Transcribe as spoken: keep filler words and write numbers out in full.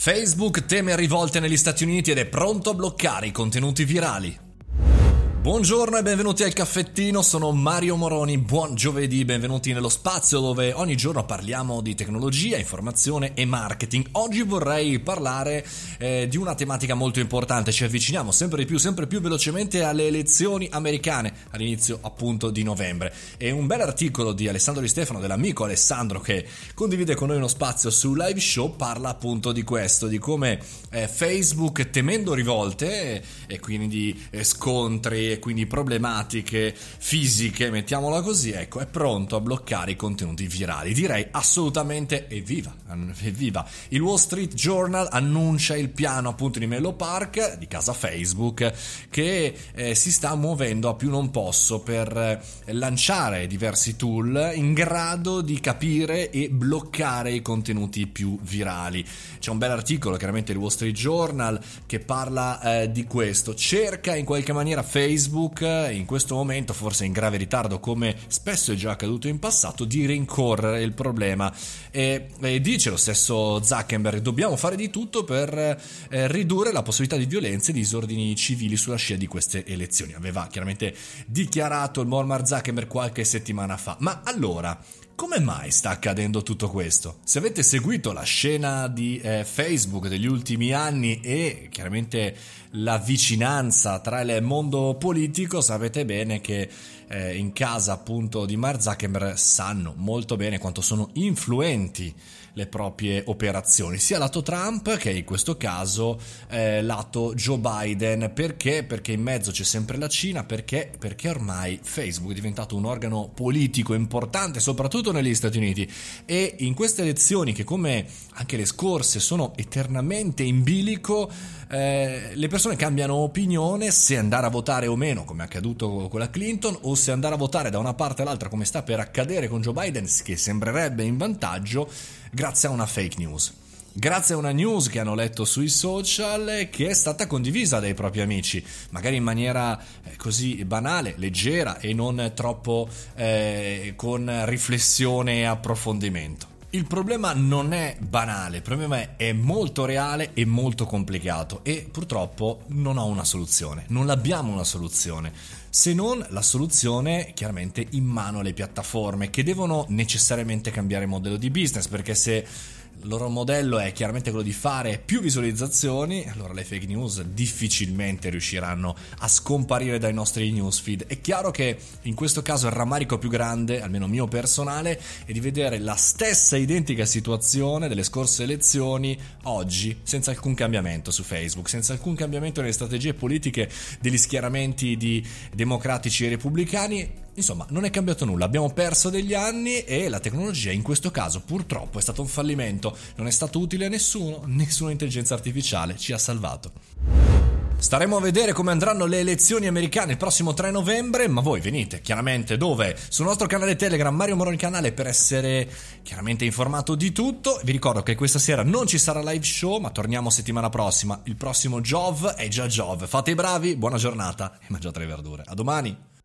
Facebook teme rivolte negli Stati Uniti ed è pronto a bloccare i contenuti virali. Buongiorno e benvenuti al caffettino, sono Mario Moroni, buon giovedì, benvenuti nello spazio dove ogni giorno parliamo di tecnologia, informazione e marketing. Oggi vorrei parlare eh, di una tematica molto importante, ci avviciniamo sempre di più, sempre più velocemente alle elezioni americane, all'inizio appunto di novembre. E un bel articolo di Alessandro Di Stefano, dell'amico Alessandro che condivide con noi uno spazio su Live Show, parla appunto di questo, di come eh, Facebook, temendo rivolte e, e quindi eh, scontri e quindi problematiche fisiche, mettiamola così, ecco, è pronto a bloccare i contenuti virali. Direi assolutamente evviva, evviva. Il Wall Street Journal annuncia il piano appunto di Menlo Park, di casa Facebook, che eh, si sta muovendo a più non posso per eh, lanciare diversi tool in grado di capire e bloccare i contenuti più virali. C'è un bel articolo, chiaramente il Wall Street Journal, che parla eh, di questo. Cerca in qualche maniera Facebook in questo momento, forse in grave ritardo come spesso è già accaduto in passato, di rincorrere il problema e, e dice lo stesso Zuckerberg: dobbiamo fare di tutto per eh, ridurre la possibilità di violenze e disordini civili sulla scia di queste elezioni. Aveva chiaramente dichiarato il Muammar Zuckerberg qualche settimana fa. Ma allora, come mai sta accadendo tutto questo? Se avete seguito la scena di eh, Facebook degli ultimi anni e chiaramente la vicinanza tra il mondo politico, sapete bene che eh, in casa appunto di Mark Zuckerberg sanno molto bene quanto sono influenti le proprie operazioni, sia lato Trump che in questo caso eh, lato Joe Biden. Perché? Perché in mezzo c'è sempre la Cina, perché? Perché ormai Facebook è diventato un organo politico importante, soprattutto negli Stati Uniti, e in queste elezioni, che come anche le scorse sono eternamente in bilico, eh, le persone cambiano opinione se andare a votare o meno, come è accaduto con la Clinton, o se andare a votare da una parte all'altra, come sta per accadere con Joe Biden, che sembrerebbe in vantaggio grazie a una fake news. Grazie a una news che hanno letto sui social, che è stata condivisa dai propri amici, magari in maniera eh, così banale, leggera e non troppo eh, con riflessione e approfondimento. Il problema non è banale, il problema è molto reale e molto complicato e purtroppo non ho una soluzione, non abbiamo una soluzione, se non la soluzione chiaramente in mano alle piattaforme, che devono necessariamente cambiare modello di business, perché se il loro modello è chiaramente quello di fare più visualizzazioni, allora le fake news difficilmente riusciranno a scomparire dai nostri newsfeed. È chiaro che in questo caso il rammarico più grande, almeno mio personale, è di vedere la stessa identica situazione delle scorse elezioni oggi, senza alcun cambiamento su Facebook, senza alcun cambiamento nelle strategie politiche degli schieramenti di democratici e repubblicani. Insomma, non è cambiato nulla, abbiamo perso degli anni e la tecnologia in questo caso purtroppo è stato un fallimento, non è stato utile a nessuno, nessuna intelligenza artificiale ci ha salvato. Staremo a vedere come andranno le elezioni americane il prossimo tre novembre, ma voi venite chiaramente dove? Sul nostro canale Telegram, Mario Moroni Canale, per essere chiaramente informato di tutto. Vi ricordo che questa sera non ci sarà live show, ma torniamo settimana prossima. Il prossimo Giove è già Giove. Fate i bravi, buona giornata e mangiate le verdure. A domani!